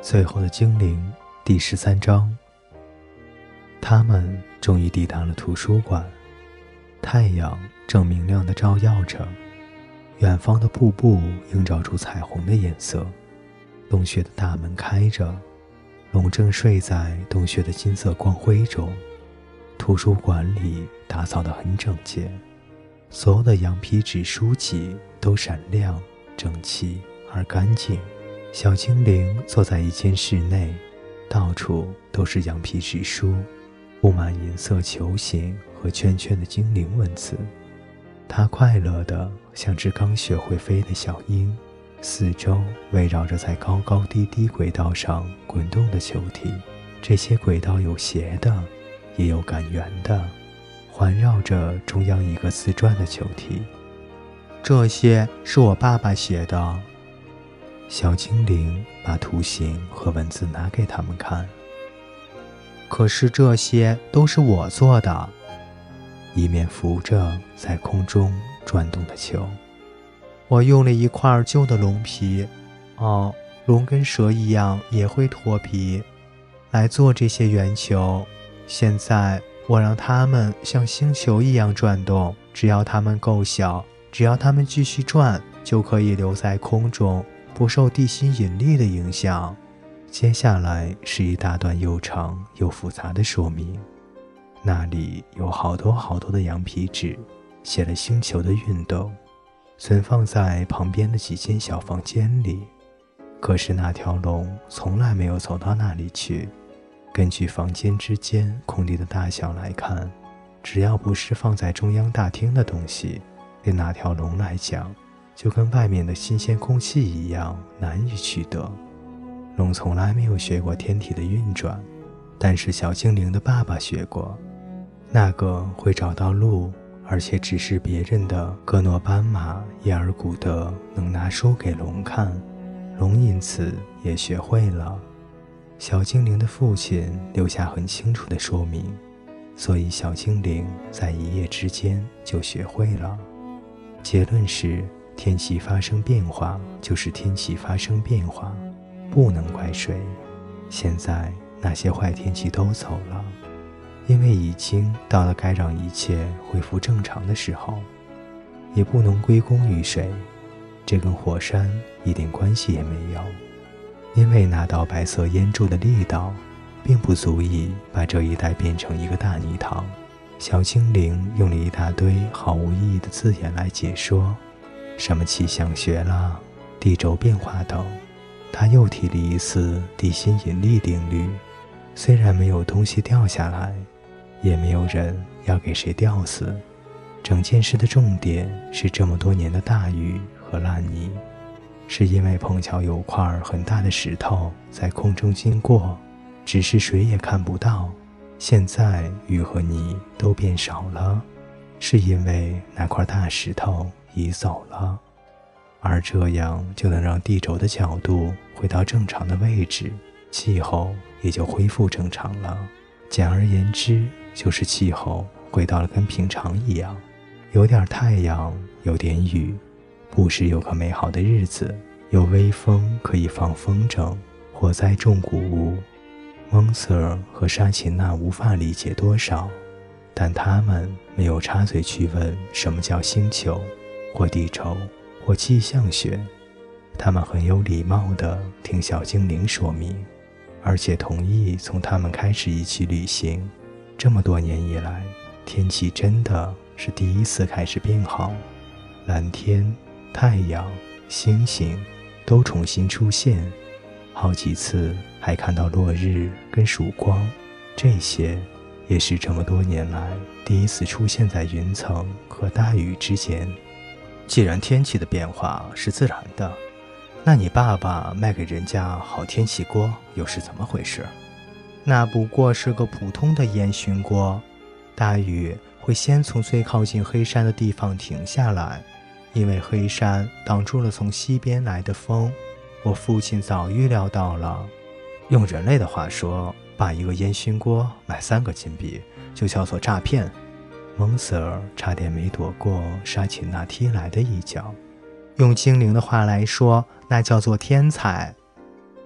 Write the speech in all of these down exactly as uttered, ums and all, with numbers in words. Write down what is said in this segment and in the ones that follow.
最后的精灵第十三章。他们终于抵达了图书馆，太阳正明亮地照耀着，远方的瀑布映照出彩虹的颜色。洞穴的大门开着，龙正睡在洞穴的金色光辉中。图书馆里打扫得很整洁，所有的羊皮纸书籍都闪亮、整齐而干净。小精灵坐在一间室内，到处都是羊皮纸书，布满银色球形和圈圈的精灵文字。它快乐地像只刚学会飞的小鹰，四周围绕着在高高低低轨道上滚动的球体，这些轨道有斜的，也有赶圆的，环绕着中央一个自转的球体。 这些是我爸爸写的。 小精灵把图形和文字拿给他们看。 可是这些都是我做的。 一面扶着在空中转动的球。 我用了一块旧的龙皮，哦，龙跟蛇一样也会脱皮，来做这些圆球。现在我让它们像星球一样转动，只要它们够小，只要它们继续转，就可以留在空中，不受地心引力的影响。 接下来是一大段又长又复杂的说明，那里有好多好多的羊皮纸，写了星球的运动，存放在旁边的几间小房间里。可是那条龙从来没有走到那里去。根据房间之间空地的大小来看，只要不是放在中央大厅的东西，对那条龙来讲，就跟外面的新鲜空气一样难以取得。龙从来没有学过天体的运转，但是小精灵的爸爸学过。那个会找到路，而且指示别人的戈诺斑马耶尔古德能拿书给龙看，龙因此也学会了。小精灵的父亲留下很清楚的说明，所以小精灵在一夜之间就学会了。结论是，天气发生变化就是天气发生变化，不能怪谁。现在那些坏天气都走了，因为已经到了该让一切恢复正常的时候。也不能归功于谁，这跟火山一点关系也没有，因为那道白色烟柱的力道并不足以把这一带变成一个大泥塘。小精灵用了一大堆毫无意义的字眼来解说，什么气象学啦、地轴变化等。他又提了一次地心引力定律，虽然没有东西掉下来，也没有人要给谁吊死。整件事的重点是这么多年的大雨和烂泥，是因为碰巧有块很大的石头在空中经过，只是谁也看不到。现在雨和泥都变少了，是因为那块大石头移走了，而这样就能让地轴的角度回到正常的位置，气候也就恢复正常了。简而言之，就是气候回到了跟平常一样，有点太阳，有点雨，不时有个美好的日子，有微风可以放风筝，火灾种谷物。蒙瑟尔和沙琴娜无法理解多少，但他们没有插嘴去问什么叫星球或地轴或气象学。他们很有礼貌地听小精灵说明，而且同意从他们开始一起旅行。这么多年以来，天气真的是第一次开始变好，蓝天、太阳、星星都重新出现，好几次还看到落日跟曙光，这些也是这么多年来第一次出现在云层和大雨之间。 既然天气的变化是自然的，那你爸爸卖给人家好天气锅又是怎么回事？那不过是个普通的烟熏锅，大雨会先从最靠近黑山的地方停下来，因为黑山挡住了从西边来的风。我父亲早预料到了，用人类的话说，把一个烟熏锅卖三个金币就叫做诈骗。 蒙瑟尔差点没躲过沙琴娜踢来的一脚。 用精灵的话来说，那叫做天才。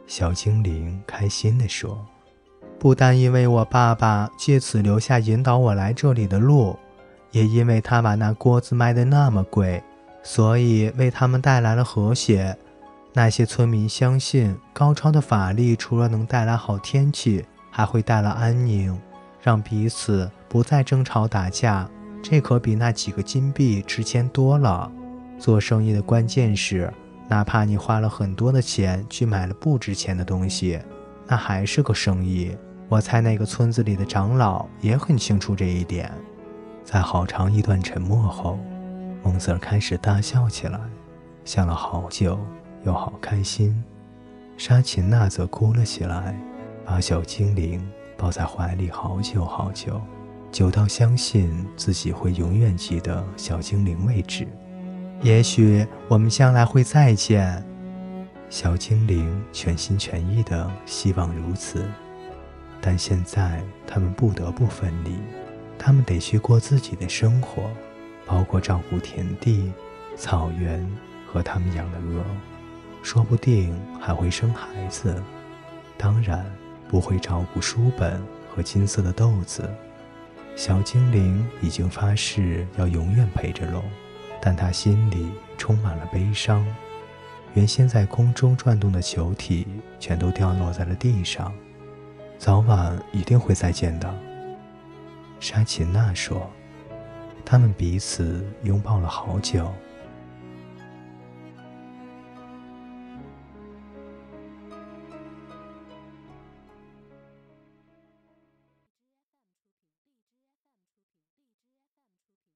小精灵开心地说， 不但因为我爸爸借此留下引导我来这里的路，也因为他把那锅子卖得那么贵，所以为他们带来了和谐。那些村民相信高超的法力除了能带来好天气，还会带来安宁，让彼此不再争吵打架。这可比那几个金币值钱多了。做生意的关键是，哪怕你花了很多的钱去买了不值钱的东西，那还是个生意。我猜那个村子里的长老也很清楚这一点。 在好长一段沉默后，蒙瑟尔开始大笑起来，笑了好久，又好开心。沙琴娜则哭了起来，把小精灵抱在怀里好久好久，久到相信自己会永远记得小精灵为止。 也许我们将来会再见。 小精灵全心全意地希望如此，但现在他们不得不分离，他们得去过自己的生活，包括照顾田地、草原和他们养的鹅，说不定还会生孩子，当然不会照顾书本和金色的豆子。小精灵已经发誓要永远陪着龙，但他心里充满了悲伤。原先在空中转动的球体全都掉落在了地上，早晚一定会再见的。沙琴娜说。他们彼此拥抱了好久。